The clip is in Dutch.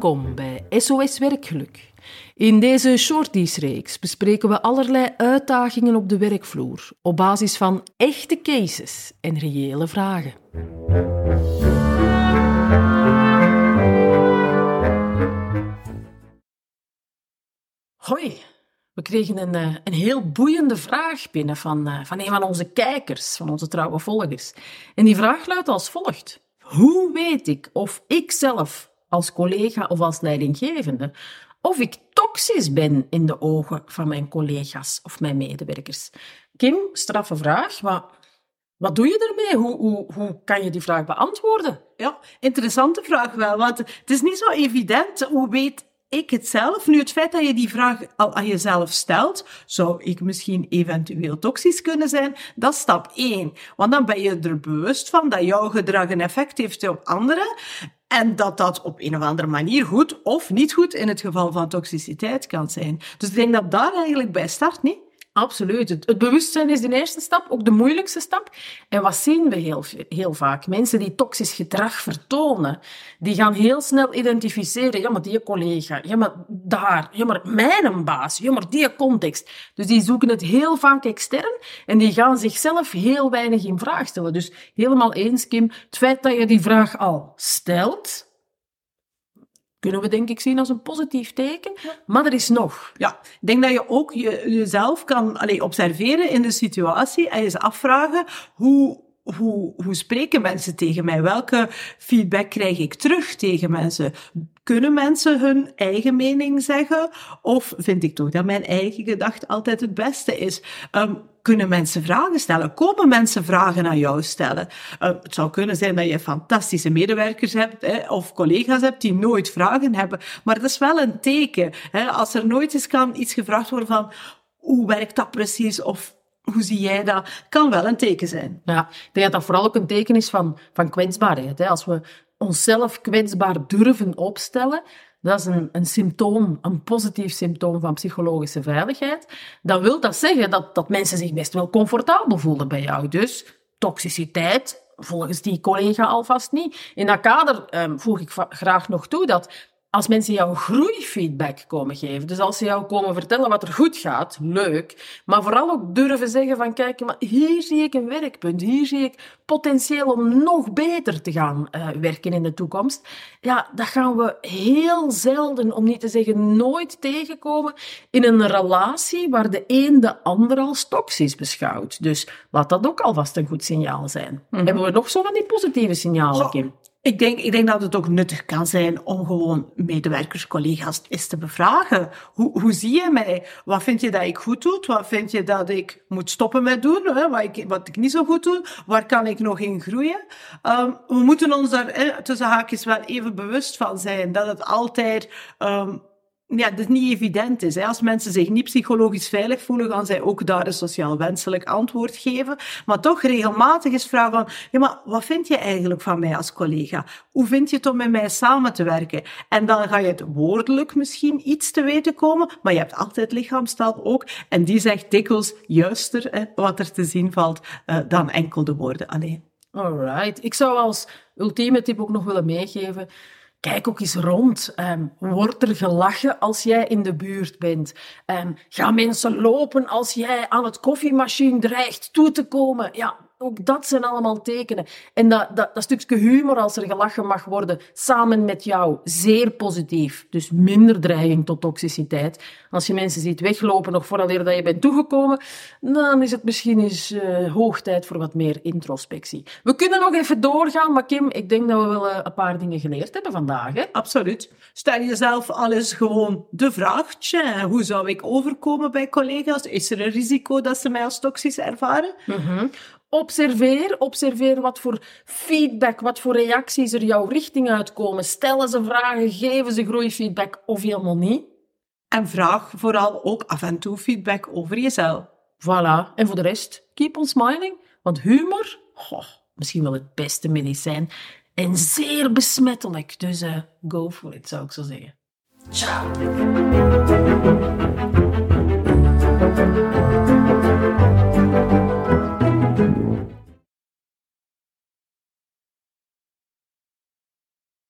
Welkom bij SOS Werkgeluk. In deze shorties-reeks bespreken we allerlei uitdagingen op de werkvloer op basis van echte cases en reële vragen. Hoi, we kregen een heel boeiende vraag binnen van een van onze kijkers, van onze trouwe volgers. En die vraag luidt als volgt. Hoe weet ik of ik zelf als collega of als leidinggevende of ik toxisch ben in de ogen van mijn collega's of mijn medewerkers? Kim, straffe vraag, maar wat doe je ermee? Hoe kan je die vraag beantwoorden? Ja, interessante vraag wel, want het is niet zo evident. Hoe weet ik het zelf? Nu, het feit dat je die vraag al aan jezelf stelt, zou ik misschien eventueel toxisch kunnen zijn? Dat is stap 1. Want dan ben je er bewust van dat jouw gedrag een effect heeft op anderen en dat op een of andere manier goed of niet goed in het geval van toxiciteit kan zijn. Dus ik denk dat daar eigenlijk bij start, niet? Absoluut. Het bewustzijn is de eerste stap, ook de moeilijkste stap. En wat zien we heel vaak? Mensen die toxisch gedrag vertonen, die gaan heel snel identificeren. Ja, maar die collega, ja, maar daar, ja, maar mijn baas, ja, maar die context. Dus die zoeken het heel vaak extern en die gaan zichzelf heel weinig in vraag stellen. Dus helemaal eens, Kim, het feit dat je die vraag al stelt, kunnen we denk ik zien als een positief teken. Maar er is nog. Ja, ik denk dat je ook jezelf kan observeren in de situatie en je eens afvragen hoe spreken mensen tegen mij? Welke feedback krijg ik terug tegen mensen? Kunnen mensen hun eigen mening zeggen? Of vind ik toch dat mijn eigen gedachte altijd het beste is? Kunnen mensen vragen stellen? Komen mensen vragen aan jou stellen? Het zou kunnen zijn dat je fantastische medewerkers hebt of collega's hebt die nooit vragen hebben. Maar dat is wel een teken. Als er nooit eens kan iets gevraagd worden van hoe werkt dat precies of hoe zie jij dat? Kan wel een teken zijn. Ja, ik denk dat dat vooral ook een teken is van kwetsbaarheid. Als we onszelf kwetsbaar durven opstellen, dat is een symptoom, een positief symptoom van psychologische veiligheid. Dan wil dat zeggen dat mensen zich best wel comfortabel voelen bij jou. Dus toxiciteit, volgens die collega alvast niet. In dat kader voeg ik graag nog toe dat als mensen jou groeifeedback komen geven, dus als ze jou komen vertellen wat er goed gaat, leuk, maar vooral ook durven zeggen van kijk, maar hier zie ik een werkpunt, hier zie ik potentieel om nog beter te gaan werken in de toekomst. Ja, dat gaan we heel zelden, om niet te zeggen nooit tegenkomen in een relatie waar de een de ander als toxisch beschouwt. Dus laat dat ook alvast een goed signaal zijn. Hebben we nog zo van die positieve signalen, Kim? Ik denk dat het ook nuttig kan zijn om gewoon medewerkers, collega's eens te bevragen. Hoe zie je mij? Wat vind je dat ik goed doe? Wat vind je dat ik moet stoppen met doen? Wat ik niet zo goed doe? Waar kan ik nog in groeien? We moeten ons daar tussen haakjes wel even bewust van zijn dat het altijd dat het niet evident is. Als mensen zich niet psychologisch veilig voelen, gaan zij ook daar een sociaal wenselijk antwoord geven. Maar toch regelmatig eens vragen van, ja, maar wat vind je eigenlijk van mij als collega? Hoe vind je het om met mij samen te werken? En dan ga je het woordelijk misschien iets te weten komen, maar je hebt altijd lichaamstaal ook. En die zegt dikwijls juister wat er te zien valt dan enkel de woorden alleen. Alright. Ik zou als ultieme tip ook nog willen meegeven, kijk ook eens rond. Wordt er gelachen als jij in de buurt bent? Gaan mensen lopen als jij aan het koffiemachine dreigt toe te komen? Ja, ook dat zijn allemaal tekenen. En dat stukje humor, als er gelachen mag worden, samen met jou, zeer positief. Dus minder dreiging tot toxiciteit. Als je mensen ziet weglopen nog vooraleer dat je bent toegekomen, dan is het misschien eens hoog tijd voor wat meer introspectie. We kunnen nog even doorgaan, maar Kim, ik denk dat we wel een paar dingen geleerd hebben vandaag. Hè? Absoluut. Stel jezelf al eens gewoon de vraag, hoe zou ik overkomen bij collega's? Is er een risico dat ze mij als toxisch ervaren? Observeer wat voor feedback, wat voor reacties er jouw richting uitkomen. Stellen ze vragen, geven ze groeifeedback of helemaal niet. En vraag vooral ook af en toe feedback over jezelf. Voilà. En voor de rest, keep on smiling. Want humor, misschien wel het beste medicijn. En zeer besmettelijk. Dus go for it, zou ik zo zeggen. Ciao.